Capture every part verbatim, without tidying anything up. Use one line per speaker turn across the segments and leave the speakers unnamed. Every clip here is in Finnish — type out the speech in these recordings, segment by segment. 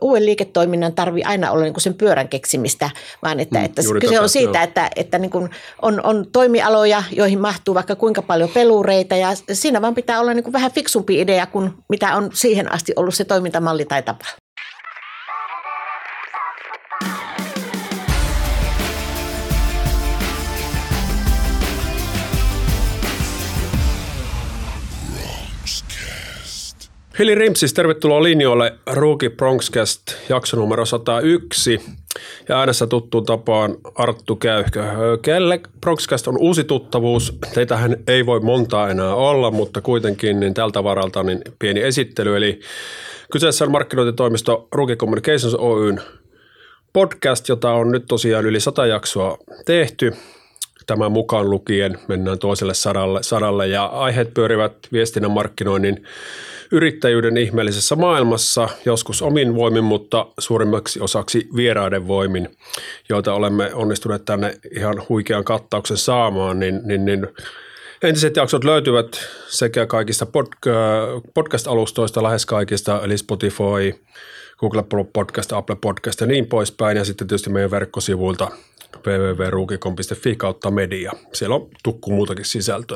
uuden liiketoiminnan tarvitse aina olla niin kuin sen pyörän keksimistä, vaan että, mm, että kyse tätä, on siitä, joo. että, että niin kuin on, on toimialoja, joihin mahtuu vaikka kuinka paljon pelureita ja siinä vaan pitää olla niin kuin vähän fiksumpi idea kuin mitä on siihen asti ollut se toimintamalli tai tapa.
Heli Rimpsis, tervetuloa linjoille Rookie Bronxcast, jakso numero sata yksi. Ja äänessä tuttuun tapaan Arttu Käyhkö. Kelle Bronxcast on uusi tuttavuus? Teitähän ei voi montaa enää olla, mutta kuitenkin niin tältä varalta niin pieni esittely. Eli kyseessä on markkinointitoimisto Rookie Communications Oyn podcast, jota on nyt tosiaan yli sata jaksoa tehty. Tämän mukaan lukien mennään toiselle sadalle, sadalle ja aiheet pyörivät viestinnän markkinoinnin yrittäjyyden ihmeellisessä maailmassa, joskus omin voimin, mutta suurimmaksi osaksi vieraiden voimin, joita olemme onnistuneet tänne ihan huikean kattauksen saamaan, niin, niin, niin entiset jaksot löytyvät sekä kaikista podcast-alustoista, lähes kaikista, eli Spotify, Google Podcast, Apple Podcast ja niin poispäin, ja sitten tietysti meidän verkkosivuilta double-u double-u double-u piste rookicom piste fi kautta media. Siellä on tukku muutakin sisältöä.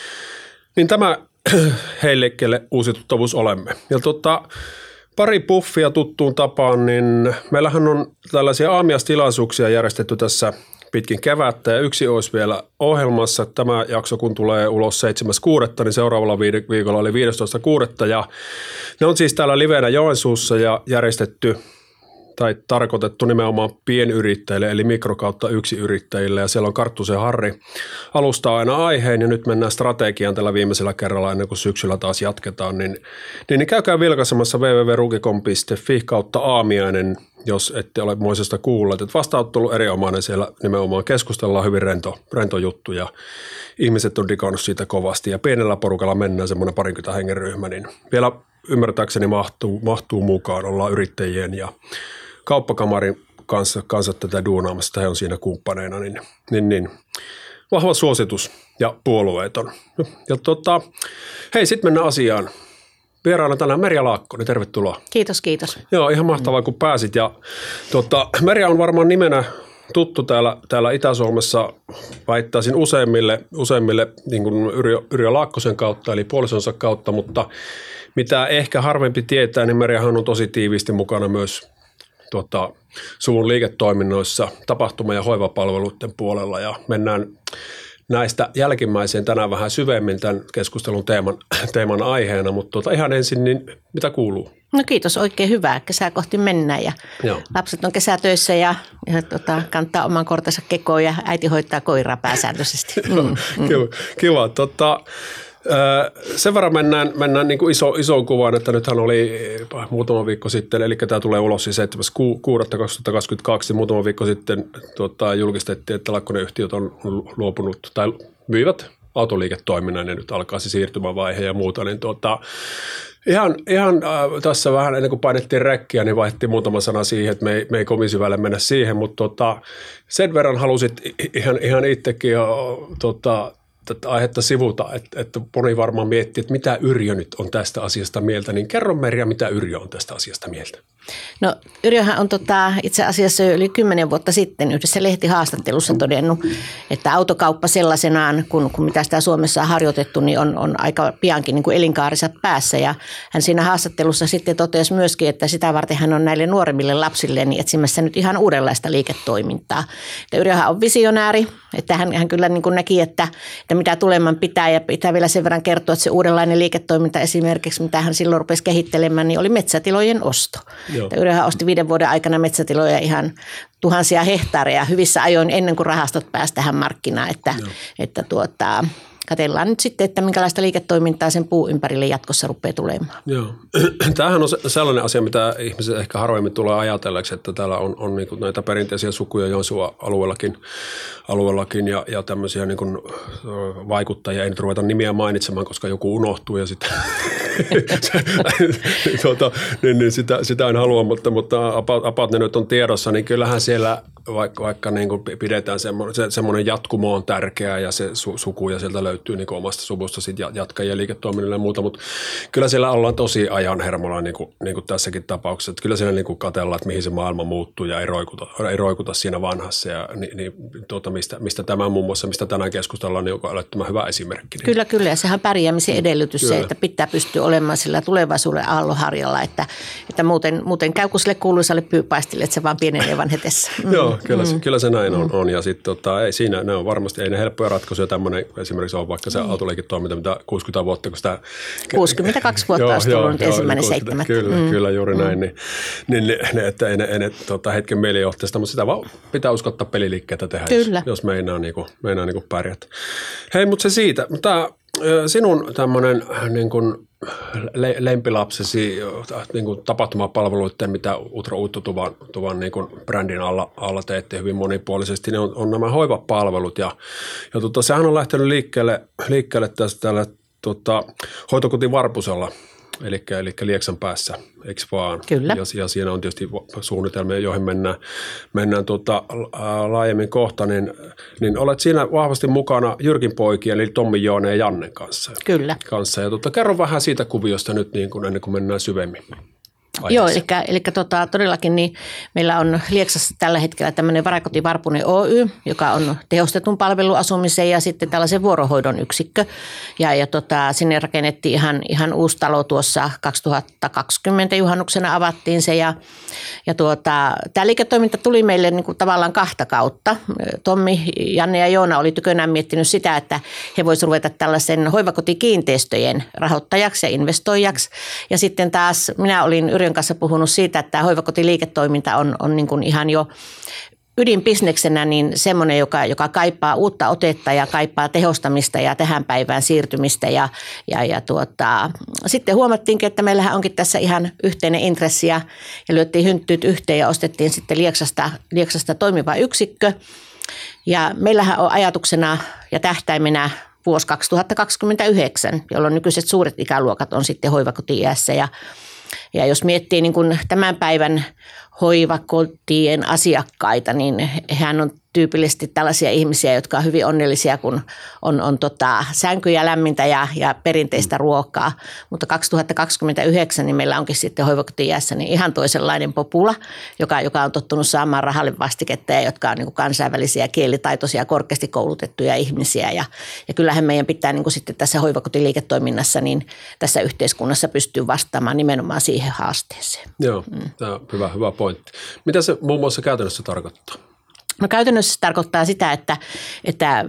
Niin tämä heille, kelle uusi tuttavuus olemme. Ja tota, pari puffia tuttuun tapaan, niin meillähän on tällaisia aamiaistilaisuuksia järjestetty tässä pitkin kevättä, ja yksi olisi vielä ohjelmassa. Tämä jakso, kun tulee ulos seitsemäs kuudetta, niin seuraavalla viikolla oli viidestoista kuudetta, ja ne on siis täällä livenä Joensuussa ja järjestetty tai tarkoitettu nimenomaan pienyrittäjille, eli mikro kautta yksiyrittäjille, ja siellä on Karttusen Harri alustaa aina aiheen, ja nyt mennään strategiaan tällä viimeisellä kerralla ennen kuin syksyllä taas jatketaan, niin, niin, niin käykää vilkaisemassa double-u double-u double-u piste rookicom piste fi kautta aamiainen, jos ette ole moisesta kuulleet, että vastaanottelu erinomainen, siellä nimenomaan keskustellaan hyvin rento, rento juttu, ja ihmiset on digannut siitä kovasti, ja pienellä porukalla mennään semmoinen parinkymmentä hengen ryhmä, niin vielä ymmärtääkseni mahtuu, mahtuu mukaan, ollaan yrittäjien ja kauppakamarin kanssa, kanssa tätä duunaamassa, he on siinä kumppaneina, niin, niin, niin vahva suositus ja puolueeton. Ja tota, hei, sitten mennään asiaan. Vieraana tänään Merja Laakkonen, tervetuloa.
Kiitos, kiitos.
Joo, ihan mahtavaa, kun pääsit. Ja, tota, Merja on varmaan nimenä tuttu täällä, täällä Itä-Suomessa, väittäisin useimmille, useimmille niin kuin Yrjö, Yrjö Laakkosen kautta, eli puolisonsa kautta, mutta mitä ehkä harvempi tietää, niin Merjahan on tosi tiiviisti mukana myös Tuota, suvun liiketoiminnoissa, tapahtuma- ja hoivapalveluiden puolella, ja mennään näistä jälkimmäiseen tänään vähän syvemmin tämän keskustelun teeman, teeman aiheena, mutta tuota, ihan ensin, niin mitä kuuluu?
No kiitos, oikein hyvää. Kesää kohti mennään ja Joo. lapset on kesätöissä ja, ja tota, kantaa oman kortensa kekoon ja äiti hoitaa koiraa pääsääntöisesti. Mm, mm.
Kiva. kiva. Tota, Sen verran mennään, mennään niin kuin iso, isoon kuvaan, että nythän oli muutama viikko sitten, eli tämä tulee ulos siis seitsemäs kuudetta kaksituhattakaksikymmentäkaksi, muutama viikko sitten tuota, julkistettiin, että Laakkonen-yhtiöt on luopunut tai myivät autoliiketoiminnan ja nyt alkaa se siirtymävaihe ja muuta, niin tuota, Ihan, ihan äh, tässä vähän ennen kuin painettiin rekkiä, niin vaihdettiin muutama sana siihen, että me ei, me ei kovin syvälle mennä siihen, mutta tota, sen verran halusit ihan, ihan itsekin ja, tota, tätä aihetta sivuta, että, että moni varmaan miettii, että mitä Yrjö nyt on tästä asiasta mieltä, niin kerro Merja, mitä Yrjö on tästä asiasta mieltä.
No Yrjöhän on tota, itse asiassa jo yli kymmenen vuotta sitten yhdessä lehtihaastattelussa todennut, että autokauppa sellaisenaan, kun, kun mitä sitä Suomessa on harjoitettu, niin on, on aika piankin niin kuin elinkaarinsa päässä. Ja hän siinä haastattelussa sitten totesi myöskin, että sitä varten hän on näille nuoremmille lapsille niin etsimässä nyt ihan uudenlaista liiketoimintaa. Yrjöhän on visionääri, että hän, hän kyllä niin kuin näki, että, että mitä tuleman pitää ja pitää vielä sen verran kertoa, että se uudenlainen liiketoiminta esimerkiksi, mitä hän silloin rupesi kehittelemään, niin oli metsätilojen osto. Yrjöhän osti viiden vuoden aikana metsätiloja ihan tuhansia hehtaareja hyvissä ajoin ennen kuin rahastot pääsi tähän markkinaan, että, että tuota, katsellaan nyt sitten, että minkälaista liiketoimintaa sen puun ympärille jatkossa rupeaa tulemaan.
Joo. Tämähän on sellainen asia, mitä ihmiset ehkä harvemmin tulee ajatelleeksi, että täällä on, on niin kuin näitä perinteisiä sukuja Joensuun alueellakin, alueellakin ja, ja tämmöisiä niin kuin vaikuttajia. Ei nyt ruveta nimiä mainitsemaan, koska joku unohtuu ja sitten tuota, niin, niin sitä, sitä en halua, mutta, mutta apat, apat ne nyt on tiedossa, niin kyllähän siellä vaikka, vaikka niin kuin pidetään semmoinen, se, semmoinen jatkumo on tärkeää ja se su, suku ja sieltä löytyy niin kuin omasta suvusta sit jatkajia liiketoiminnille ja muuta, mutta kyllä siellä ollaan tosi ajan hermolla niin kuin, niin kuin tässäkin tapauksessa. Että kyllä siellä niin kuin katsellaan, että mihin se maailma muuttuu ja ei roikuta, ei roikuta siinä vanhassa ja niin, niin, tuota, mistä, mistä tämä muun muassa, mistä tänään keskustellaan, niin on älyttömän hyvä esimerkki. Niin.
Kyllä, kyllä ja sehän on pärjäämisen edellytys kyllä. Se, että pitää pystyä olemaan sillä tulevaisuuden aallonharjalla, että, että muuten, muuten käy kuin sille kuuluisalle pyypaistille, että se vaan pienenee vanhetessa. Mm.
Joo, kyllä, mm. kyllä se näin on. on. Ja sitten tota, ei siinä, ne on varmasti, ei ne helppoja ratkaisuja tämmöinen, esimerkiksi on vaikka se mm. autoliiketoiminta, mitä kuusikymmentä vuotta, kun sitä...
kuusikymmentäkaksi vuotta joo, olisi tullut nyt ensimmäinen seitsemättä.
Kyllä, mm. kyllä juuri mm. näin, niin, niin ne, ne, että ei ne, ei ne tota, hetken mielijohteesta, mutta sitä vaan pitää uskottaa peliliikkeitä tehdä, kyllä. jos, jos meinaa, niin kuin, meinaa niin kuin pärjätä. Hei, mutta se siitä, tämä sinun tämmöinen niin kuin le, lempilapsesi niin kuin tapahtumapalveluiden, mitä Utro Uittotuvan tuvan, niin kuin brändin alla, alla teette hyvin monipuolisesti, niin on, on nämä hoivapalvelut. Ja, ja tota, sehän on lähtenyt liikkeelle, liikkeelle tästä tällä tota, hoitokoti Varpusella. Eli, eli Lieksan päässä, eikö vaan?
Kyllä.
Ja, ja siinä on tietysti suunnitelmia, joihin mennään, mennään tuota, laajemmin kohta, niin, niin olet siinä vahvasti mukana Jyrkin poikien, eli Tommi, Joone ja Jannen kanssa.
Kyllä.
Kanssa. Ja tuota, kerro vähän siitä kuviosta nyt niin kuin ennen kuin mennään syvemmin.
Joo, eli, eli tota, todellakin niin meillä on Lieksassa tällä hetkellä tämmöinen Varakoti Varpunen Oy, joka on tehostetun palveluasumisen ja sitten tällaisen vuorohoidon yksikkö. Ja, ja tota, sinne rakennettiin ihan, ihan uusi talo tuossa kaksituhattakaksikymmentä juhannuksena avattiin se. Ja, ja tuota, tämä liiketoiminta tuli meille niin kuin tavallaan kahta kautta. Tommi, Janne ja Joona oli tykönään miettinyt sitä, että he voisivat ruveta tällaisen hoivakotikiinteistöjen rahoittajaksi ja investoijaksi. Ja sitten taas minä olin Yrjön kanssa puhunut siitä, että tämä hoivakotiliiketoiminta on, on niin kuin ihan jo ydinbisneksenä niin semmoinen, joka, joka kaipaa uutta otetta ja kaipaa tehostamista ja tähän päivään siirtymistä. Ja, ja, ja tuota, sitten huomattiinkin, että meillähän onkin tässä ihan yhteinen intressi ja, ja lyöttiin hynttyyt yhteen ja ostettiin sitten Lieksasta, Lieksasta toimiva yksikkö. Ja meillähän on ajatuksena ja tähtäimenä vuosi kaksituhattakaksikymmentäyhdeksän, jolloin nykyiset suuret ikäluokat on sitten hoivakoti-iässä ja Ja jos miettii niin kuin tämän päivän hoivakotien asiakkaita, niin hän on tyypillisesti tällaisia ihmisiä, jotka on hyvin onnellisia, kun on, on tota, sänkyjä, lämmintä ja, ja perinteistä ruokaa. Mutta kaksituhattakaksikymmentäyhdeksän niin meillä onkin sitten hoivakoti-iässä niin ihan toisenlainen popula, joka, joka on tottunut saamaan rahalle vastiketta ja jotka on niin kuin kansainvälisiä, kielitaitoisia, korkeasti koulutettuja ihmisiä. Ja, ja kyllähän meidän pitää niin kuin sitten tässä hoivakotiliiketoiminnassa niin tässä yhteiskunnassa pystyy vastaamaan nimenomaan siihen haasteeseen. Joo,
mm. tämä on hyvä, hyvä pointti. Mitä se muun muassa käytännössä tarkoittaa?
No käytännössä se tarkoittaa sitä, että, että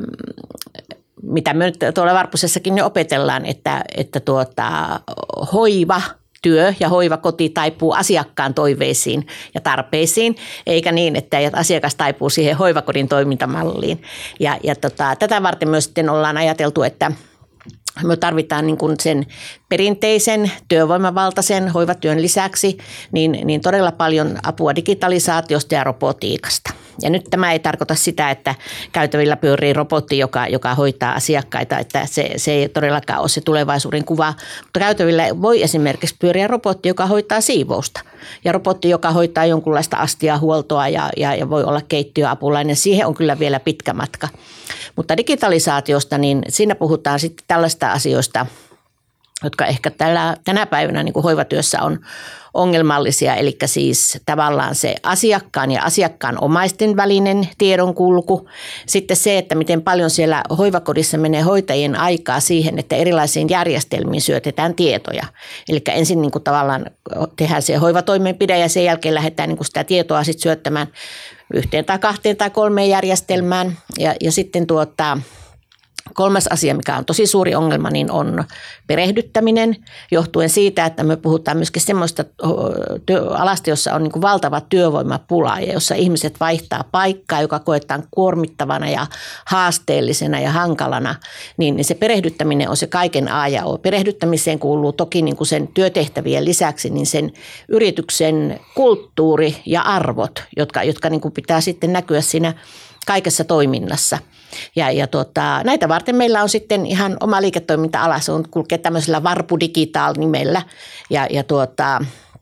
mitä me nyt tuolla Varpusessakin jo opetellaan, että, että tuota, hoiva, työ ja hoivakoti taipuu asiakkaan toiveisiin ja tarpeisiin, eikä niin, että asiakas taipuu siihen hoivakodin toimintamalliin. Ja, ja tota, tätä varten myös sitten ollaan ajateltu, että me tarvitaan niin kuin sen perinteisen työvoimavaltaisen hoivatyön lisäksi niin, niin todella paljon apua digitalisaatiosta ja robotiikasta. Ja nyt tämä ei tarkoita sitä, että käytävillä pyörii robotti, joka, joka hoitaa asiakkaita, että se, se ei todellakaan ole se tulevaisuuden kuva. Mutta käytävillä voi esimerkiksi pyöriä robotti, joka hoitaa siivousta ja robotti, joka hoitaa jonkunlaista astiahuoltoa ja, ja, ja voi olla keittiöapulainen. Siihen on kyllä vielä pitkä matka. Mutta digitalisaatiosta, niin siinä puhutaan sitten tällaista asioista, jotka ehkä tällä, tänä päivänä niin kuin hoivatyössä on ongelmallisia, eli siis tavallaan se asiakkaan ja asiakkaan omaisten välinen tiedonkulku. Sitten se, että miten paljon siellä hoivakodissa menee hoitajien aikaa siihen, että erilaisiin järjestelmiin syötetään tietoja. Eli ensin niin kuin tavallaan tehdään se hoivatoimenpide ja sen jälkeen lähdetään niin kuin sitä tietoa sitten syöttämään yhteen tai kahteen tai kolmeen järjestelmään ja, ja sitten tuota... Kolmas asia, mikä on tosi suuri ongelma, niin on perehdyttäminen, johtuen siitä, että me puhutaan myöskin semmoista alasta, jossa on niin kuin valtava työvoimapula ja jossa ihmiset vaihtaa paikkaa, joka koetaan kuormittavana ja haasteellisena ja hankalana, niin se perehdyttäminen on se kaiken A ja O. Perehdyttämiseen kuuluu toki niin kuin sen työtehtävien lisäksi niin sen yrityksen kulttuuri ja arvot, jotka, jotka niin kuin pitää sitten näkyä siinä kaikessa toiminnassa. Ja, ja tuota, näitä varten meillä on sitten ihan oma liiketoiminta-ala, se on kulkee tämmöisellä Varpu Digital nimellä ja, ja tuota,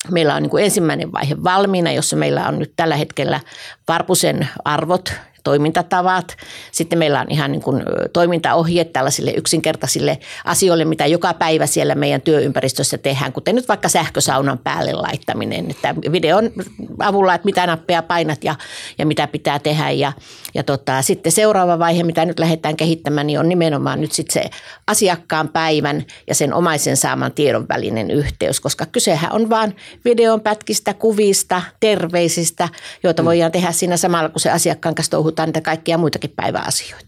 Meillä on niin kuin ensimmäinen vaihe valmiina, jossa meillä on nyt tällä hetkellä Varpusen arvot, toimintatavat. Sitten meillä on ihan niin kuin toimintaohjeet tällaisille yksinkertaisille asioille, mitä joka päivä siellä meidän työympäristössä tehdään, kuten nyt vaikka sähkösaunan päälle laittaminen, että videon avulla, että mitä nappeja painat ja, ja mitä pitää tehdä. Ja, ja tota, sitten seuraava vaihe, mitä nyt lähdetään kehittämään, niin on nimenomaan nyt sitten se asiakkaan päivän ja sen omaisen saaman tiedon välinen yhteys, koska kysehän on vaan videon pätkistä, kuvista, terveisistä, joita mm. voidaan tehdä siinä samalla, kun se asiakkaan kanssa touhutaan niitä kaikkia muitakin päiväasioita.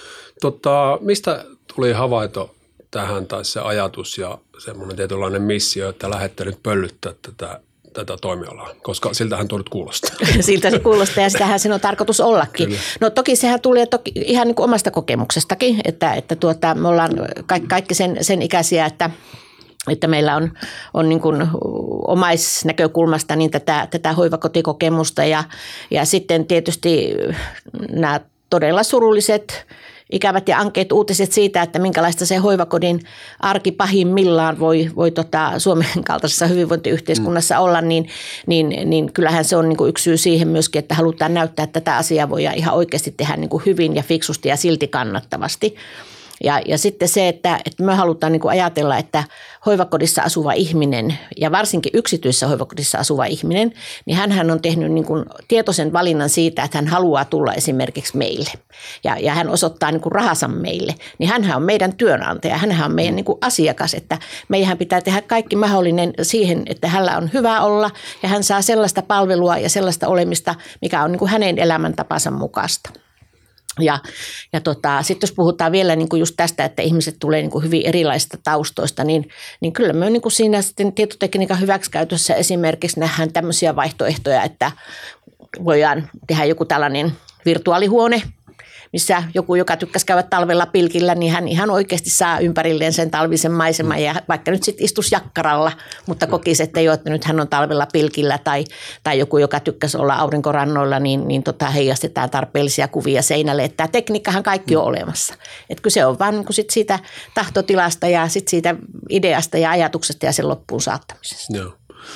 Tota, mistä tuli havaito tähän tai se ajatus ja semmoinen tietynlainen missio, että lähdette nyt pöllyttää tätä, tätä toimialaa, koska siltähän tuo nyt kuulostaa.
Siltä se kuulostaa ja sitähän sen on tarkoitus ollakin. Kyllä. No toki sehän tulee toki ihan niin kuin omasta kokemuksestakin, että, että tuota, me ollaan kaikki, kaikki sen, sen ikäisiä, että että meillä on, on niin kuin omaisnäkökulmasta niin tätä, tätä hoivakotikokemusta ja, ja sitten tietysti nämä todella surulliset, ikävät ja ankeat uutiset siitä, että minkälaista se hoivakodin arki pahimmillaan voi, voi tota Suomen kaltaisessa hyvinvointiyhteiskunnassa mm. olla, niin, niin, niin kyllähän se on niin kuin yksi syy siihen myöskin, että halutaan näyttää, että tätä asiaa voidaan ihan oikeasti tehdä niin kuin hyvin ja fiksusti ja silti kannattavasti. Ja, ja sitten se, että, että me halutaan niin kuin ajatella, että hoivakodissa asuva ihminen ja varsinkin yksityisessä hoivakodissa asuva ihminen, niin hänhän on tehnyt niin kuin tietoisen valinnan siitä, että hän haluaa tulla esimerkiksi meille. Ja, ja hän osoittaa niin kuin rahansa meille. Niin hänhän on meidän työnantaja, hänhän on meidän niin kuin asiakas, että meidän pitää tehdä kaikki mahdollinen siihen, että hänellä on hyvä olla ja hän saa sellaista palvelua ja sellaista olemista, mikä on niin kuin hänen elämäntapansa mukaista. Ja, ja tota, sitten jos puhutaan vielä niin kuin just tästä, että ihmiset tulee niin kuin hyvin erilaisista taustoista, niin, niin kyllä me niin kuin siinä sitten tietotekniikan hyväksikäytössä esimerkiksi nähdään tämmöisiä vaihtoehtoja, että voidaan tehdä joku tällainen virtuaalihuone, missä joku, joka tykkäsi käydä talvella pilkillä, niin hän ihan oikeasti saa ympärilleen sen talvisen maiseman ja vaikka nyt sitten istuisi jakkaralla, mutta kokisi, että jo, että nyt hän on talvella pilkillä tai, tai joku, joka tykkäsi olla aurinkorannoilla, niin, niin tota heijastetaan tarpeellisia kuvia seinälle. Että tämä tekniikkahan kaikki on olemassa. Että kyse on vaan niin kuin sit siitä tahtotilasta ja sit siitä ideasta ja ajatuksesta ja sen loppuun saattamisesta.
Joo.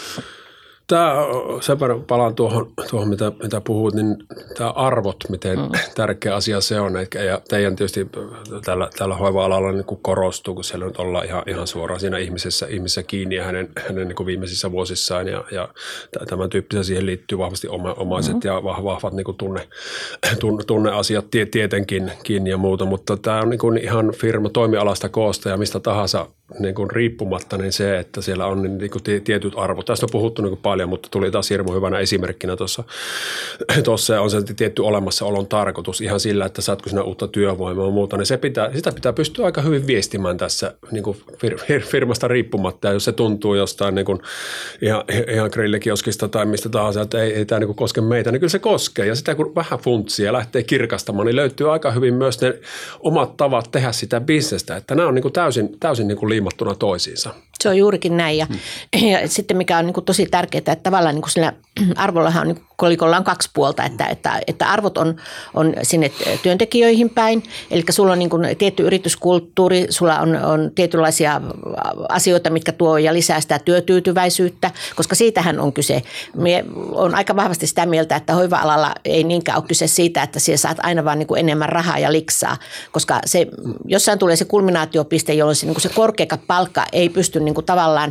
Tämä, sen verran palaan tuohon, tuohon mitä, mitä puhut, niin tämä arvot, miten mm. tärkeä asia se on. Ja teidän tietysti tällä, tällä hoiva-alalla niin kuin korostuu, kun siellä nyt ollaan ihan, ihan suoraan siinä ihmisessä, ihmisessä kiinni ja hänen, hänen niin kuin viimeisissä vuosissaan. Ja, ja tämän tyyppisiä siihen liittyy vahvasti oma, omaiset mm. ja vahvat niin kuin tunne, tunne, tunneasiat tietenkin kiinni ja muuta. Mutta tämä on niin kuin ihan firma toimialasta koosta ja mistä tahansa niin kuin riippumatta, niin se, että siellä on niin kuin tietyt arvot. Tästä on puhuttu niin kuin paljon, mutta tuli taas hirmu hyvänä esimerkkinä tuossa. Tuossa on se tietty olemassaolon tarkoitus ihan sillä, että saatko sinä uutta työvoimaa ja muuta, niin se pitää, sitä pitää pystyä aika hyvin viestimään tässä niin kuin fir- firmasta riippumatta. Ja jos se tuntuu jostain niin kuin ihan, ihan grillikioskista tai mistä tahansa, että ei, ei tämä niin kuin koske meitä, niin kyllä se koskee. Ja sitä kun vähän funtsia ja lähtee kirkastamaan, niin löytyy aika hyvin myös ne omat tavat tehdä sitä bisnestä. Että nämä on niin kuin täysin, täysin niin kuin liimattuna toisiinsa.
Se on juurikin näin ja, hmm. ja sitten mikä on niin kuin tosi tärkeää, että tavallaan niin kuin sillä arvollahan on, niin kuin kolikolla on kaksi puolta, että, että, että arvot on, on sinne työntekijöihin päin, eli sulla on niin kuin tietty yrityskulttuuri, sulla on, on tietynlaisia asioita, mitkä tuo ja lisää sitä työtyytyväisyyttä, koska siitähän on kyse. Mie on aika vahvasti sitä mieltä, että hoiva-alalla ei niinkään ole kyse siitä, että siellä saat aina vaan niin kuin enemmän rahaa ja liksaa, koska se, jossain tulee se kulminaatiopiste, jolloin se, niin kuin se korkea palkka ei pysty niin kuin tavallaan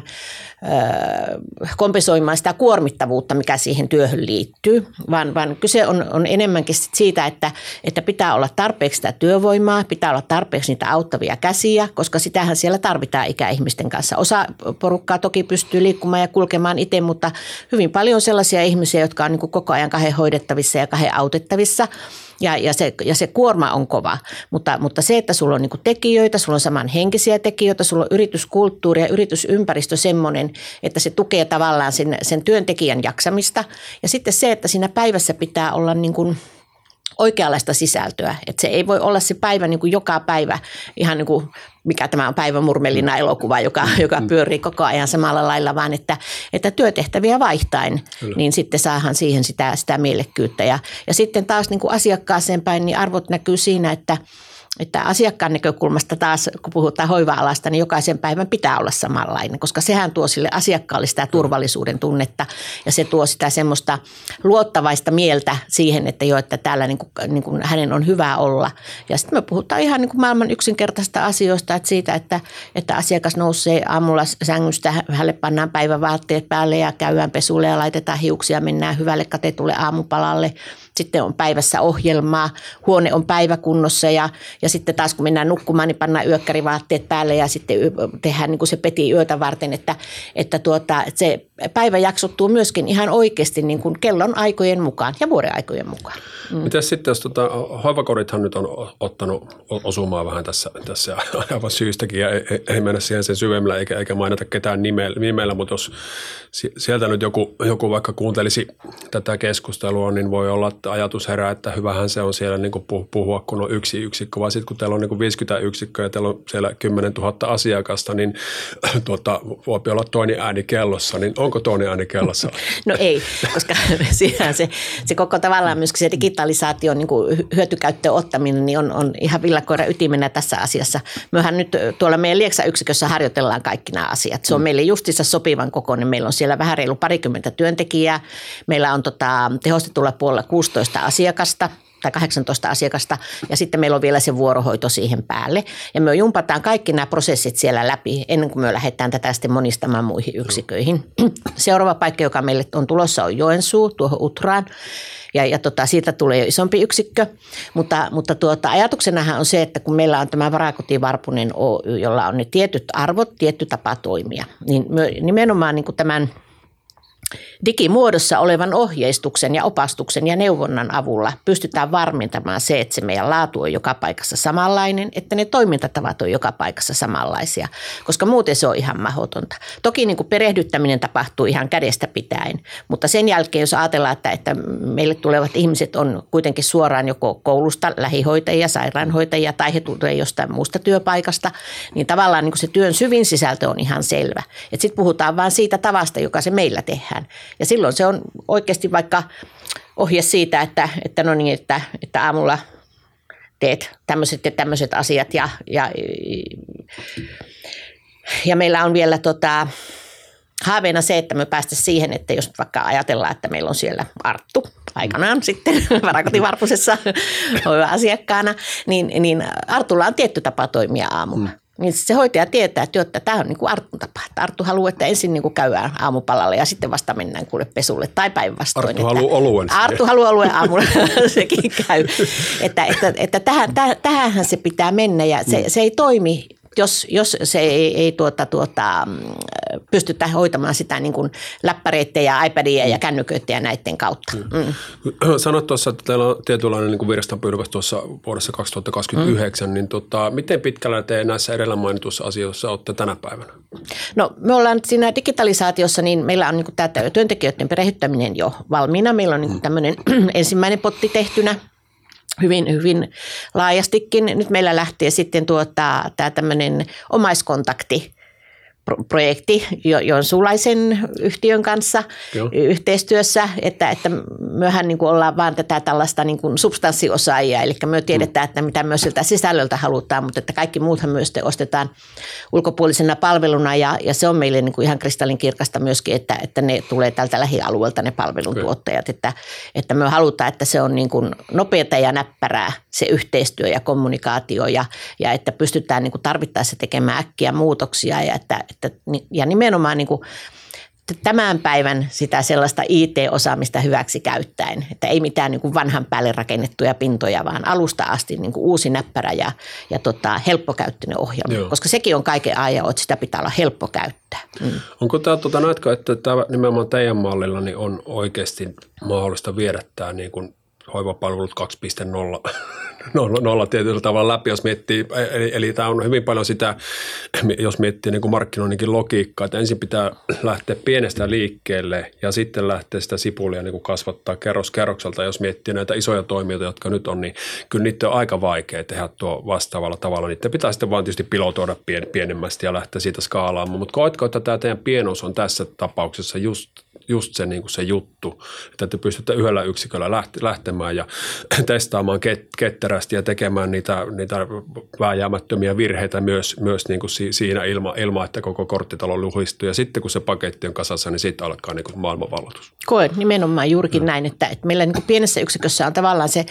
kompensoimaan sitä kuormittavuutta, mikä siihen työhön liittyy, vaan, vaan kyse on, on enemmänkin siitä, että, että pitää olla tarpeeksi sitä työvoimaa, pitää olla tarpeeksi niitä auttavia käsiä, koska sitähän siellä tarvitaan ikäihmisten kanssa. Osa porukkaa toki pystyy liikkumaan ja kulkemaan itse, mutta hyvin paljon on sellaisia ihmisiä, jotka on niin kuin koko ajan kahden hoidettavissa ja kahden autettavissa. Ja, ja, se, ja se kuorma on kova, mutta, mutta se, että sulla on niinku tekijöitä, sulla on samanhenkisiä tekijöitä, sulla on yrityskulttuuri ja yritysympäristö semmoinen, että se tukee tavallaan sen, sen työntekijän jaksamista. Ja sitten se, että siinä päivässä pitää olla niinku oikeanlaista sisältöä, että se ei voi olla se päivä niin kuin joka päivä ihan niin kuin mikä tämä on päivämurmelina elokuva, joka, joka pyörii koko ajan samalla lailla, vaan että, että työtehtäviä vaihtain, Kyllä. niin sitten saadaan siihen sitä, sitä mielekkyyttä. Ja, ja sitten taas niin kuin asiakkaaseen päin, niin arvot näkyy siinä, että että asiakkaan näkökulmasta taas, kun puhutaan hoiva-alasta, niin jokaisen päivän pitää olla samanlainen, koska sehän tuo sille asiakkaalle sitä turvallisuuden tunnetta ja se tuo sitä semmoista luottavaista mieltä siihen, että jo, että täällä niin kuin, niin kuin hänen on hyvä olla. Ja sitten me puhutaan ihan niin kuin maailman yksinkertaisista asioista, että siitä, että, että asiakas nousee aamulla sängystä, hänelle pannaan päivävaatteet päälle ja käydään pesulle ja laitetaan hiuksia, mennään hyvälle katetulle aamupalalle. Sitten on päivässä ohjelmaa, huone on päiväkunnossa ja, ja sitten taas kun mennään nukkumaan, niin pannaan yökkärivaatteet päälle ja sitten tehdään niin kuin se peti yötä varten, että, että, tuota, että se päivä jaksottuu myöskin ihan oikeasti niin kuin kellon aikojen mukaan ja vuoden aikojen mukaan.
Mm. Mitäs sitten, jos tota, hoivakodithan nyt on ottanut osumaan vähän tässä, tässä aivan syystäkin ja ei, ei mennä siihen sen syvemmällä eikä, eikä mainita ketään nimellä, nimellä, mutta jos sieltä nyt joku, joku vaikka kuuntelisi tätä keskustelua, niin voi olla, että ajatus herää, että hyvähän se on siellä niin kuin puhua, kun on yksi yksikkö, vaan sitten kun teillä on niin kuin viisikymmentä yksikköä ja teillä on siellä kymmenen tuhatta asiakasta, niin tuota, voi olla toinen ääni kellossa, niin onko toinen ääni kellossa?
No ei, koska se, se koko tavallaan myöskin se digitalisaation niin kuin hyötykäyttöön ottaminen niin on, on ihan villakoira ytimenä tässä asiassa. Mehän nyt tuolla meidän Lieksa-yksikössä harjoitellaan kaikki nämä asiat. Se on meille justiinsa sopivan kokoinen. Meillä on siellä vähän reilu parikymmentä työntekijää. Meillä on tota, tehostetulla puolella kuusitoista asiakasta tai kahdeksantoista asiakasta ja sitten meillä on vielä se vuorohoito siihen päälle. Ja me jumpataan kaikki nämä prosessit siellä läpi ennen kuin me lähdetään tätä sitten monistamaan muihin yksiköihin. Seuraava paikka, joka meille on tulossa, on Joensuu tuohon Utraan. Ja, ja tota, siitä tulee jo isompi yksikkö, mutta, mutta tuota, ajatuksenahan on se, että kun meillä on tämä Varakoti Varpunen Oy, jolla on ne tietyt arvot, tietty tapa toimia, niin nimenomaan niin kuin tämän digimuodossa olevan ohjeistuksen ja opastuksen ja neuvonnan avulla pystytään varmentamaan se, että se meidän laatu on joka paikassa samanlainen, että ne toimintatavat on joka paikassa samanlaisia, koska muuten se on ihan mahdotonta. Toki niin kuin perehdyttäminen tapahtuu ihan kädestä pitäen, mutta sen jälkeen, jos ajatellaan, että, että meille tulevat ihmiset on kuitenkin suoraan joko koulusta lähihoitajia, sairaanhoitajia tai he tulevat jostain muusta työpaikasta, niin tavallaan niin kuin se työn syvin sisältö on ihan selvä. Sitten puhutaan vaan siitä tavasta, joka se meillä tehdään. Ja silloin se on oikeasti vaikka ohje siitä, että, että, no niin, että, että aamulla teet tämmöiset ja tämmöiset asiat. Ja, ja, ja meillä on vielä tota, haaveena se, että me päästäisiin siihen, että jos vaikka ajatellaan, että meillä on siellä Arttu aikanaan sitten Varakotin Varpusessa asiakkaana, niin, niin Artulla on tietty tapa toimia aamulla. Mm. Niin se hoitaja tietää, että, että tämä on niin kuin Arttun tapa. Että Arttu haluaa, että ensin niin kuin käydään aamupalalle ja sitten vasta mennään kuule pesulle tai päinvastoin.
Arttu haluaa oluen.
Arttu haluaa oluen aamulla, sekin käy. Että, että, että tähän, täh, tähänhän se pitää mennä ja se, se ei toimi, jos, jos se ei, ei tuota, tuota, pystytä hoitamaan sitä niin kuin läppäreiden ja iPadia ja kännyköiden ja näiden kautta. Mm.
Sanoit tuossa, että teillä on tietynlainen niin kuin virstanpylväs tuossa vuodessa kaksituhattakaksikymmentäyhdeksän, mm. niin tota, miten pitkällä te näissä edellä mainituissa asioissa olette tänä päivänä?
No me ollaan siinä digitalisaatiossa, niin meillä on niin kuin tämä työntekijöiden perehdyttäminen jo valmiina. Meillä on niin kuin tämmöinen ensimmäinen potti tehtynä. Hyvin, hyvin laajastikin. Nyt meillä lähtee sitten tuota, tämä tämmöinen omaiskontakti projekti Joensuulaisen yhtiön kanssa Joo. yhteistyössä, että, että mehän niin kuin ollaan vaan tätä tällaista niin kuin substanssiosaajia, eli me tiedetään, että mitä myös siltä sisällöltä halutaan, mutta että kaikki muuthan myös ostetaan ulkopuolisena palveluna ja, ja se on meille niin kuin ihan kristallinkirkasta myöskin, että, että ne tulee tältä lähialueelta ne palveluntuottajat, että, että me halutaan, että se on niin kuin nopeata ja näppärää se yhteistyö ja kommunikaatio ja, ja että pystytään niin kuin tarvittaessa tekemään äkkiä muutoksia ja että Että, ja nimenomaan niin kuin tämän päivän sitä sellaista I T-osaamista hyväksi käyttäen, että ei mitään niin kuin vanhan päälle rakennettuja pintoja, vaan alusta asti niin kuin uusi näppärä ja, ja tota, helppokäyttöinen ohjelma, Joo. koska sekin on kaiken A ja O, että sitä pitää olla helppo käyttää. Mm. Onko
tämä, tuota, näetkö, että tämä nimenomaan teidän mallilla niin on oikeasti mahdollista viedä tämä niin kuin hoivapalvelut kaksi piste nolla Nolla, nolla tietyllä tavalla läpi, jos miettii, eli, eli tämä on hyvin paljon sitä, jos miettii niin kuin markkinoinninkin logiikkaa, että ensin pitää lähteä pienestä liikkeelle ja sitten lähteä sitä sipulia niin kuin kasvattaa kerros kerrokselta. Jos miettii näitä isoja toimijoita, jotka nyt on, niin kyllä niitä on aika vaikea tehdä tuo vastaavalla tavalla. Niitä pitää sitten vaan tietysti pilotoida pien, pienemmästi ja lähteä siitä skaalaamaan, mutta koetko, että tämä teidän pienuus on tässä tapauksessa just just se, niin kuin se juttu, että te pystytte yhdellä yksiköllä lähtemään ja testaamaan ket, ketteriä ketterästi ja tekemään niitä, niitä vääjäämättömiä virheitä myös, myös niin kuin siinä ilman, ilma, että koko korttitalo luhistuu. Ja sitten kun se paketti on kasassa, niin sitten alkaa niin kuin maailmanvalloitus.
Koen nimenomaan juurikin mm. näin, että, että meillä niin kuin pienessä yksikössä on tavallaan se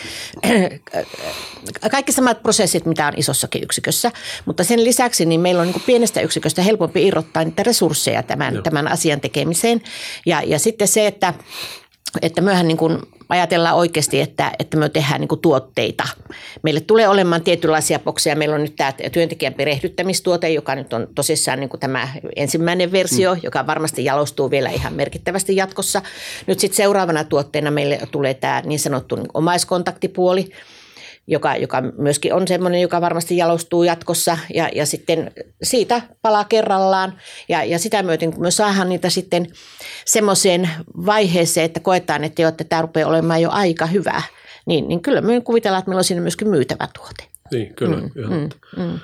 kaikki samat prosessit, mitä on isossakin yksikössä, mutta sen lisäksi niin meillä on niin kuin pienestä yksiköstä helpompi irrottaa niitä resursseja tämän, tämän asian tekemiseen. Ja, ja sitten se, että Että myöhän niin kuin ajatellaan oikeasti, että, että me tehdään niin kuin tuotteita. Meille tulee olemaan tietynlaisia bokseja. Meillä on nyt tämä työntekijän perehdyttämistuote, joka nyt on tosissaan niin kuin tämä ensimmäinen versio, mm. joka varmasti jalostuu vielä ihan merkittävästi jatkossa. Nyt sitten seuraavana tuotteena meille tulee tämä niin sanottu niin omaiskontaktipuoli, Joka, joka myöskin on semmoinen, joka varmasti jalostuu jatkossa ja, ja sitten siitä palaa kerrallaan ja, ja sitä myöten, kun me saadaan niitä sitten semmoiseen vaiheeseen, että koetaan, että jo, että tämä rupeaa olemaan jo aika hyvä, niin, niin kyllä me kuvitellaan, että meillä on siinä myöskin myytävä tuote.
Niin, kyllä. Mm, mm, mm.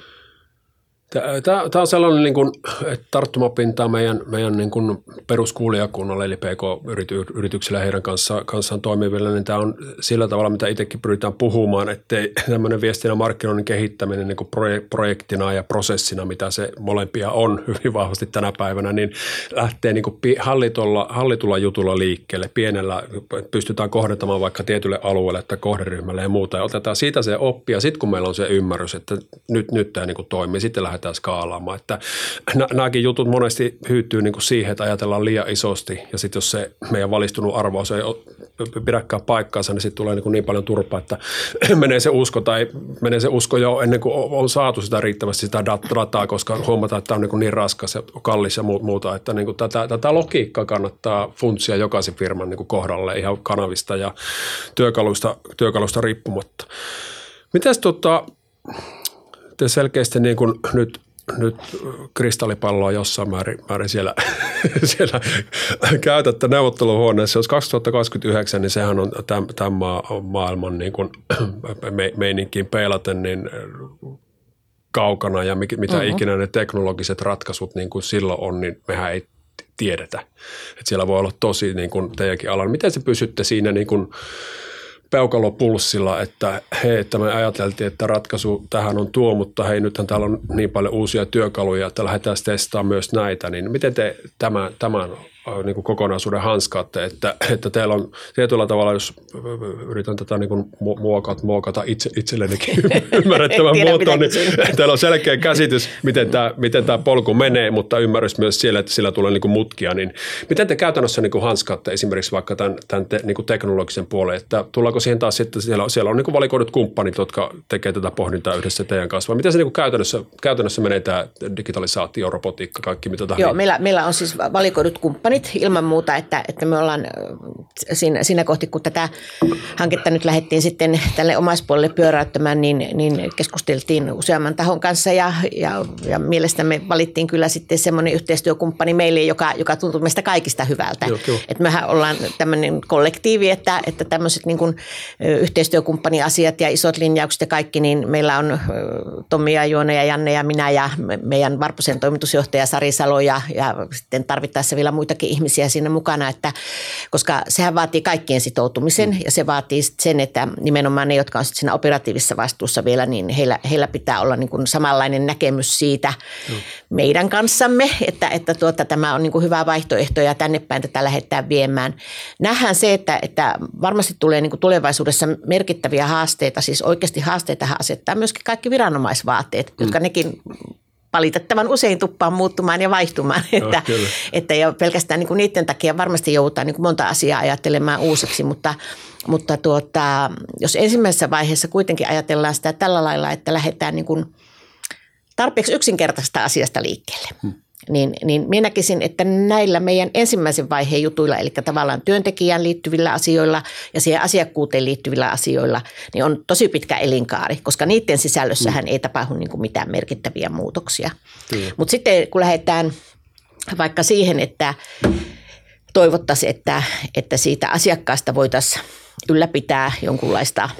Tämä on sellainen niin kuin, että tarttumapintaa meidän, meidän niin kuin peruskuulijakunnalle, eli P K-yrityksillä heidän kanssa, kanssaan toimiville, niin tämä on sillä tavalla, mitä itsekin pyritään puhumaan, ettei tämmöinen viestinnän markkinoinnin kehittäminen niin kuin projektina ja prosessina, mitä se molempia on hyvin vahvasti tänä päivänä, niin lähtee niin kuin hallitulla, hallitulla jutulla liikkeelle, pienellä, pystytään kohdentamaan vaikka tietylle alueelle tai kohderyhmälle ja muuta, ja otetaan siitä se oppi, ja sitten kun meillä on se ymmärrys, että nyt, nyt tämä niin kuin toimii, sitten lähdetään skaalaamaan. Että nämäkin jutut monesti hyytyy niin kuin siihen, että ajatellaan liian isosti ja sitten jos se meidän valistunut arvaus ei pidäkään paikkaansa, niin sitten tulee niin, niin paljon turpaa, että menee se usko tai menee se usko jo ennen kuin on saatu sitä riittävästi sitä dataa, koska huomataan, että tämä on niin, niin raskas ja kallis ja muuta, että niin kuin tätä, tätä logiikkaa kannattaa funtsia jokaisen firman niin kuin kohdalle ihan kanavista ja työkaluista, työkaluista riippumatta. Mitäs tota te selkeästi niin kuin nyt, nyt kristallipalloa jossain määrin, määrin siellä, siellä käytätte neuvotteluhuoneessa. Jos kaksituhattakaksikymmentäyhdeksän, niin sehän on tämän maailman niin kuin me, meininkiin peilaten niin kaukana ja mitä mm-hmm. ikinä ne teknologiset ratkaisut niin kuin silloin on, niin mehän ei tiedetä. Että siellä voi olla tosi niin kuin teidänkin alalla. Miten se pysytte siinä niin kuin peukalopulssilla, että hei, että me ajateltiin, että ratkaisu tähän on tuo, mutta hei, nythän täällä on niin paljon uusia työkaluja, että lähdetään testaamaan myös näitä, niin miten te tämän, tämän niin kuin kokonaisuuden hanskaatte, että, että teillä on tietyllä tavalla, jos yritän tätä niin kuin muokata, muokata itse, itsellenikin ymmärrettävän muotoon, niin teillä on selkeä käsitys, miten tämä, miten tämä polku menee, mutta ymmärrys myös siellä, että sillä tulee niin kuin mutkia, niin miten te käytännössä niin kuin hanskaatte esimerkiksi vaikka tämän, tämän te, niin kuin teknologisen puolen, että tullaanko siihen taas sitten, siellä on, siellä on niin kuin valikoidut kumppanit, jotka tekee tätä pohdintaa yhdessä teidän kanssa, vai miten se niin kuin käytännössä, käytännössä menee tämä digitalisaatio, robotiikka, kaikki mitä tähän?
Joo, meillä, meillä on siis valikoidut kumppanit ilman muuta, että, että me ollaan siinä, siinä kohti, kun tätä hanketta nyt lähdettiin sitten tälle omaispuolelle pyöräyttämään, niin, niin keskusteltiin useamman tahon kanssa ja, ja, ja mielestämme valittiin kyllä sitten semmoinen yhteistyökumppani meille, joka, joka tuntuu meistä kaikista hyvältä. Joo, joo. Että mehän ollaan tämmöinen kollektiivi, että, että tämmöiset niin kuin yhteistyökumppaniasiat ja isot linjaukset ja kaikki, niin meillä on Tommi ja Joona ja Janne ja minä ja meidän Varpusen toimitusjohtaja Sari Salo ja, ja sitten tarvittaessa vielä muitakin ihmisiä siinä mukana, että, koska sehän vaatii kaikkien sitoutumisen ja se vaatii sen, että nimenomaan ne, jotka on sitten siinä operatiivisessa vastuussa vielä, niin heillä, heillä pitää olla niin kuin samanlainen näkemys siitä mm. meidän kanssamme, että, että tuota, tämä on niin kuin hyvä vaihtoehto ja tänne päin tätä lähdetään viemään. Nähdään se, että, että varmasti tulee niin kuin tulevaisuudessa merkittäviä haasteita, siis oikeasti haasteita asettaa myöskin kaikki viranomaisvaateet, mm. jotka nekin valitettavan usein tuppaan muuttumaan ja vaihtumaan, no, että, että jo pelkästään niin kuin niiden takia varmasti joudutaan niin kuin monta asiaa ajattelemaan uusiksi, mutta, mutta tuota, jos ensimmäisessä vaiheessa kuitenkin ajatellaan sitä tällä lailla, että lähdetään niin kuin tarpeeksi yksinkertaisesta asiasta liikkeelle, hmm. niin, niin minä näkisin, että näillä meidän ensimmäisen vaiheen jutuilla, eli tavallaan työntekijään liittyvillä asioilla ja siihen asiakkuuteen liittyvillä asioilla, niin on tosi pitkä elinkaari, koska niiden sisällössähän mm. ei tapahdu niin kuin mitään merkittäviä muutoksia. Mm. Mutta sitten kun lähdetään vaikka siihen, että toivottaisiin, että, että siitä asiakkaasta voitaisiin ylläpitää jonkunlaista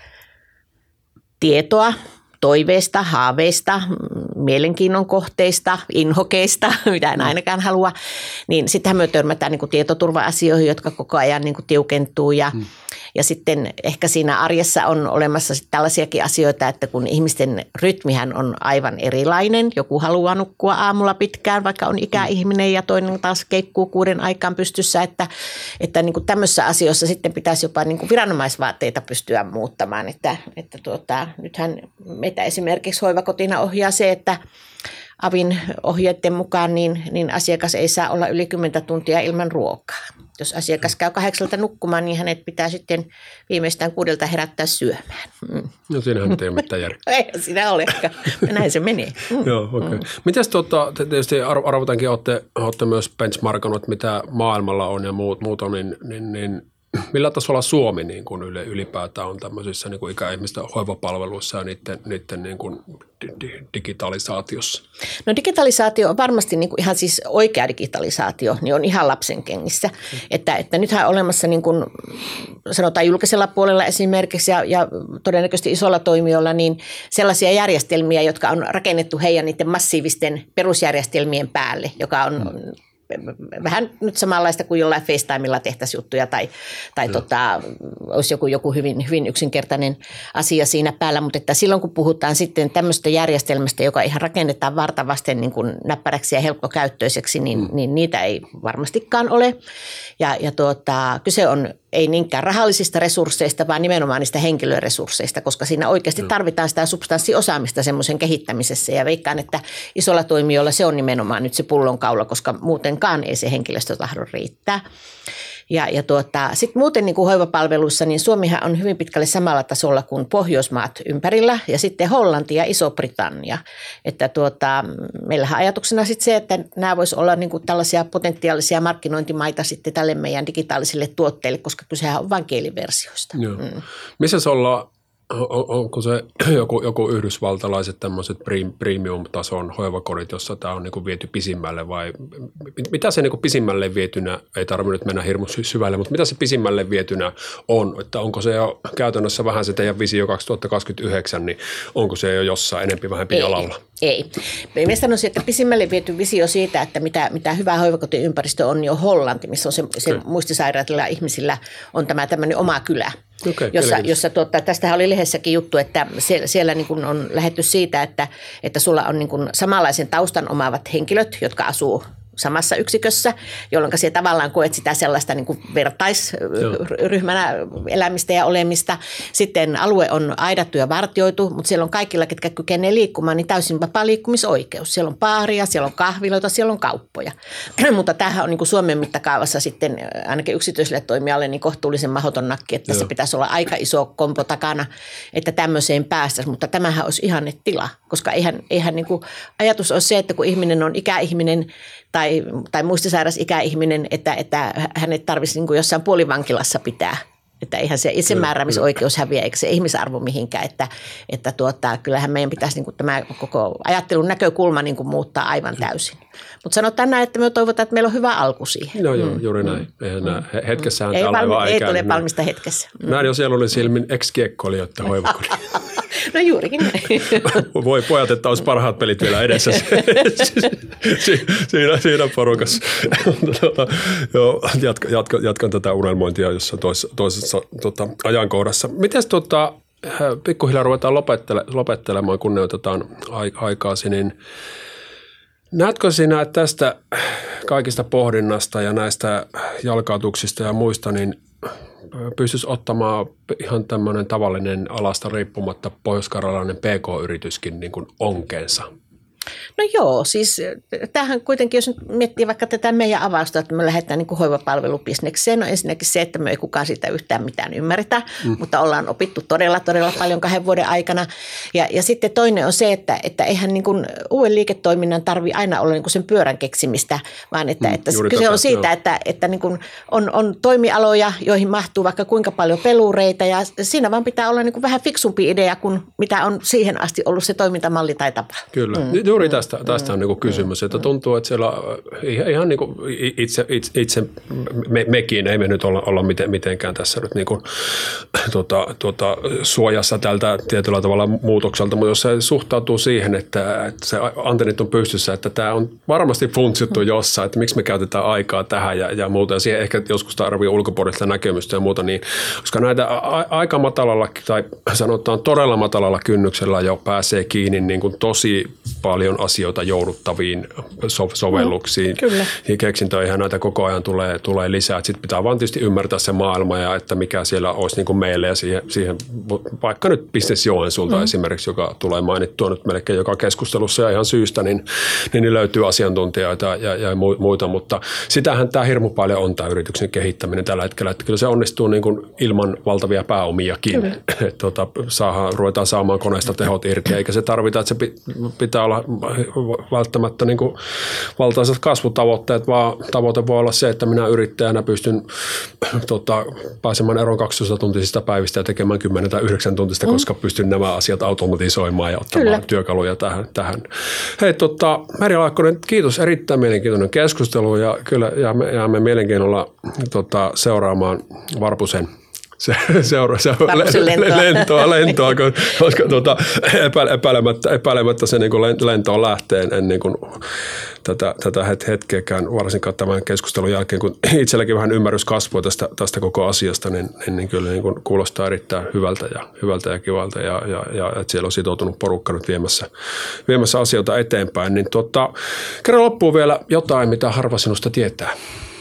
tietoa, toiveista, haaveista, mielenkiinnon kohteista, inhokeista, mitä en ainakaan halua, niin sittenhän me törmätään niin kuin tietoturva-asioihin, jotka koko ajan niin kuin tiukentuu ja, mm. Ja sitten ehkä siinä arjessa on olemassa tällaisiakin asioita, että kun ihmisten rytmihän on aivan erilainen. Joku haluaa nukkua aamulla pitkään, vaikka on ikäihminen ja toinen taas keikkuu kuuden aikaan pystyssä. Että, että niin kuin tämmöisissä asioissa sitten pitäisi jopa niin kuin viranomaisvaatteita pystyä muuttamaan. Että, että tuota, nythän meitä esimerkiksi hoivakotina ohjaa se, että avin ohjeiden mukaan niin, niin asiakas ei saa olla yli kymmentä tuntia ilman ruokaa. Jos asiakas käy kahdeksalta nukkumaan, niin hänet pitää sitten viimeistään kuudelta herättää syömään. Mm.
No siinähän ei ole mitään järkeä.
Ei siinä olekaan. Näin se menee. Mm.
Joo, okei. Okay. Mitäs tuota, te tietysti arvotankin olette, olette myös benchmarkannut, mitä maailmalla on ja muut, muut on, niin, niin, niin millä tasolla Suomi niin kuin ylipäätään on tämmöisissä niin kuin ikäihmisten hoivapalveluissa ja niiden, niiden niin kuin digitalisaatiossa? No
digitalisaatio on varmasti niin kuin ihan siis oikea digitalisaatio, niin on ihan lapsen kengissä. Mm. Että, että nythän on olemassa niin kuin sanotaan julkisella puolella esimerkiksi ja, ja todennäköisesti isolla toimijoilla niin sellaisia järjestelmiä, jotka on rakennettu heidän niiden massiivisten perusjärjestelmien päälle, joka on mm. vähän nyt samanlaista kuin jollain FaceTimella tehtäisiin juttuja tai, tai tota, olisi joku, joku hyvin, hyvin yksinkertainen asia siinä päällä, mutta että silloin kun puhutaan sitten tämmöistä järjestelmästä, joka ihan rakennetaan vartavasten niin kuin näppäräksi ja helppokäyttöiseksi, niin, mm. niin niitä ei varmastikaan ole. Ja, ja tuota, kyse on ei niinkään rahallisista resursseista, vaan nimenomaan niistä henkilöresursseista, koska siinä oikeasti tarvitaan sitä substanssiosaamista semmoisen kehittämisessä. Ja veikkaan, että isolla toimijoilla se on nimenomaan nyt se pullonkaula, koska muutenkaan ei se henkilöstö tahdo riittää. Ja, ja tuota, sitten muuten niin kuin hoivapalveluissa, niin Suomihan on hyvin pitkälle samalla tasolla kuin Pohjoismaat ympärillä ja sitten Hollanti ja Iso-Britannia. Että tuota, meillähän ajatuksena sitten se, että nämä voisi olla niin kuin tällaisia potentiaalisia markkinointimaita sitten tälle meidän digitaalisille tuotteille, koska kysehän on vain kieliversioista.
Joo. Mm. Missä se ollaan? On, onko se joku, joku yhdysvaltalaiset tämmöiset premium-tason hoivakodit, jossa tämä on niinku viety pisimmälle vai mitä se niinku pisimmälle vietynä, ei tarvitse nyt mennä hirmu syvälle, mutta mitä se pisimmälle vietynä on, että onko se jo käytännössä vähän se teidän visio kaksituhattakaksikymmentäyhdeksän, niin onko se jo jossain enempi vähempi ei, alalla?
Ei. Minä sanoisin, että pisimmälle viety visio siitä, että mitä, mitä hyvä hoivakotiympäristö on, niin on Hollanti, missä on se, se okay. muistisairailla ihmisillä on tämä tämmöinen oma kylä. Okay, jossa, jossa tuota, tästähän oli lehdessäkin juttu, että siellä, siellä niin kuin on lähdetty siitä, että, että sulla on niin kuin samanlaisen taustan omaavat henkilöt, jotka asuu samassa yksikössä, jolloin sinä tavallaan koet sitä sellaista niin kuin vertaisryhmänä elämistä ja olemista. Sitten alue on aidattu ja vartioitu, mutta siellä on kaikilla, ketkä kykenee liikkumaan, niin täysin vapaa liikkumisoikeus. Siellä on baaria, siellä on kahviloita, siellä on kauppoja. Mutta tämähän on niin kuin Suomen mittakaavassa sitten ainakin yksityiselle toimijalle niin kohtuullisen mahdoton nakki, että tässä pitäisi olla aika iso kompo takana, että tämmöiseen päästäisiin. Mutta tämähän olisi ihannetila, koska eihän, eihän niin kuin ajatus ole se, että kun ihminen on ikäihminen, Tai, tai muistisairas ikäihminen, että, että hänet tarvitsisi niin kuin jossain puolivankilassa pitää. Että eihän se itsemääräämisoikeus häviä, eikä se ihmisarvo mihinkään. Että, että tuota, kyllähän meidän pitäisi niin kuin tämä koko ajattelun näkökulma niin kuin muuttaa aivan täysin. Mutta sanotaan näin, että me toivotaan, että meillä on hyvä alku siihen.
Joo, joo, juuri näin. Eihän mm. hetkessään
ei,
täällä
valmi, ei tule
niin
valmista hetkessä. Mm.
Näin jo siellä oli silmin ex-kiekkoilijoiden hoivakodin.
No juurikin näin.
Voi pojat, että olisi parhaat pelit vielä edessä siinä, siinä porukassa. Joo, jatka, jatka, jatkan tätä unelmointia jossain toisessa, toisessa tota, ajankohdassa. Miten tota, pikkuhiljaa ruvetaan lopettele, lopettelemaan, kunnioitetaan aikaasi, niin näetkö sinä, että tästä kaikista pohdinnasta ja näistä jalkautuksista ja muista, niin pystyisi ottamaan ihan tämmöinen tavallinen alasta riippumatta pohjois-karjalainen P K-yrityskin niin kuin onkeensa?
No joo, siis tämähän kuitenkin, jos nyt miettii vaikka tätä meidän avausta, että me lähdetään niin kuin hoivapalvelubisnekseen, no ensinnäkin se, että me ei kukaan siitä yhtään mitään ymmärretä, mm. mutta ollaan opittu todella, todella paljon kahden vuoden aikana. Ja, ja sitten toinen on se, että, että eihän niin kuin uuden liiketoiminnan tarvitse aina olla niin kuin sen pyörän keksimistä, vaan että, mm, että kyse tätä, on siitä, joo. että, että niin kuin on, on toimialoja, joihin mahtuu vaikka kuinka paljon pelureita ja siinä vaan pitää olla niin kuin vähän fiksumpi idea kuin mitä on siihen asti ollut se toimintamalli tai tapa.
Kyllä, mm. juuri tästä, tästä on niin kuin kysymys, että tuntuu, että siellä ihan niin kuin itse, itse, itse me, mekin ei me nyt olla, olla mitenkään tässä nyt niin kuin, tuota, tuota, suojassa tältä tietyllä tavalla muutokselta, mutta jos se suhtautuu siihen, että, että se antennit on pystyssä, että tämä on varmasti funtsittu jossain, että miksi me käytetään aikaa tähän ja, ja muuta, ja siihen ehkä joskus tarvii ulkopuolista näkemystä ja muuta, niin koska näitä a, aika matalalla tai sanotaan todella matalalla kynnyksellä jo pääsee kiinni niin kuin tosi paljon asioita jouduttaviin so- sovelluksiin. Mm, kyllä. Ja keksintöihin näitä koko ajan tulee, tulee lisää. Sitten pitää vaan tietysti ymmärtää se maailma ja että mikä siellä olisi niin kuin meille ja siihen, siihen vaikka nyt Business Joensuulta mm. esimerkiksi, joka tulee mainittua nyt melkein joka keskustelussa ja ihan syystä, niin, niin löytyy asiantuntijoita ja, ja muita, mutta sitähän tämä hirmu paljon on tämä yrityksen kehittäminen tällä hetkellä, että kyllä se onnistuu niin kuin ilman valtavia pääomiakin. Tota, saadaan, ruvetaan saamaan koneesta tehot irti, eikä se tarvita, että se pitää olla välttämättä niin kuin valtaiset kasvutavoitteet, vaan tavoite voi olla se, että minä yrittäjänä pystyn tota, pääsemään eroon kaksitoista-tuntisista päivistä ja tekemään kymmenen tai yhdeksän tuntista, mm. koska pystyn nämä asiat automatisoimaan ja ottamaan Kyllä. työkaluja tähän. tähän. Hei, tota, Merja Laakkonen, kiitos, erittäin mielenkiintoinen keskustelu ja kyllä jäämme, jäämme mielenkiinnolla tota, seuraamaan Varpusen Se, seura, se lentoa, lentoa, lentoa koska tuota, epäilemättä, epäilemättä se niin kuin lentoon lähtee en niin kuin tätä, tätä hetkeäkään, varsinkaan tämän keskustelun jälkeen, kun itselläkin vähän ymmärrys kasvoi tästä, tästä koko asiasta, niin, niin, niin kyllä niin kuin kuulostaa erittäin hyvältä ja, hyvältä ja kivalta, ja, ja, ja että siellä on sitoutunut porukka nyt viemässä, viemässä asioita eteenpäin. Niin tuota, kerran loppuun vielä jotain, mitä harva sinusta tietää.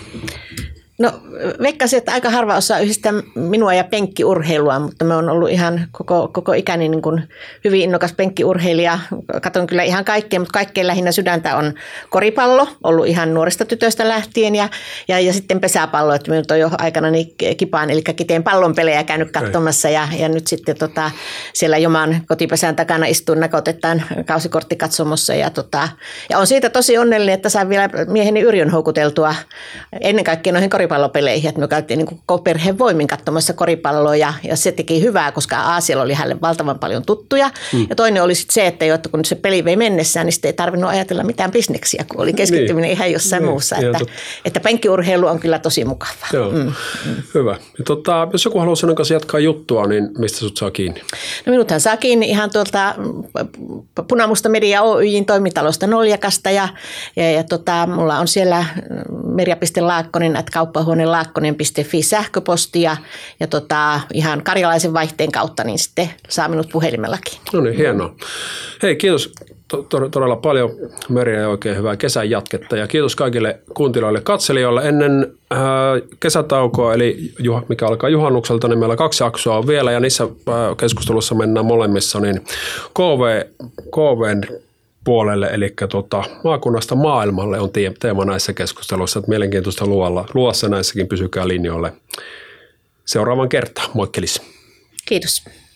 No veikkaisin, että aika harva osaa yhdistää minua ja penkkiurheilua, mutta me on ollut ihan koko, koko ikäni niin kuin hyvin innokas penkkiurheilija. Katon kyllä ihan kaikkea, mutta kaikkein lähinnä sydäntä on koripallo, ollut ihan nuoresta tytöstä lähtien ja, ja, ja sitten pesäpallo, että minut on jo aikana niin kipaan, eli kiteen pallonpelejä käynyt katsomassa ja, ja nyt sitten tota, siellä Joman kotipesän takana istuun näkötetään kausikorttikatsomossa ja, tota, ja on siitä tosi onnellinen, että sain vielä mieheni Yrjön houkuteltua ennen kaikkea noihin koripalloihin. koripallopeleihin, että me käytiin niin kuin perheen voimin katsomassa koripalloa ja, ja se teki hyvää, koska A, siellä oli hänelle valtavan paljon tuttuja mm. ja toinen oli sitten se, että, jo, että kun se peli vei mennessään, niin sitten ei tarvinnut ajatella mitään bisneksiä, kun oli keskittyminen niin. ihan jossain niin. muussa, että, että penkkiurheilu on kyllä tosi mukavaa.
Joo. Mm. Mm. Hyvä. Ja tota, jos joku haluaa sinun kanssa jatkaa juttua, niin mistä sut saa kiinni? No minuthan saa kiinni ihan tuolta Punamusta Media Oyjin toimitalosta Noljakasta ja, ja, ja tota, mulla on siellä merja piste laakkonen at kauppahuonelaakkonen piste fi sähköposti ja, ja tota, ihan karjalaisen vaihteen kautta niin sitten saa minut puhelimellakin. No niin, hienoa. Hei, kiitos todella paljon Merja ja oikein hyvää kesän jatketta ja kiitos kaikille kuuntelijoille katselijoille. Ennen äh, kesätaukoa, eli juh, mikä alkaa juhannukselta, niin meillä kaksi jaksoa on vielä ja niissä äh, keskustelussa mennään molemmissa niin K V, K V:n puolelle, eli tuota, maakunnasta maailmalle on teema näissä keskusteluissa, että mielenkiintoista luolla, luossa näissäkin, pysykää linjoille. Seuraavan kertaan, moikkelis.
Kiitos.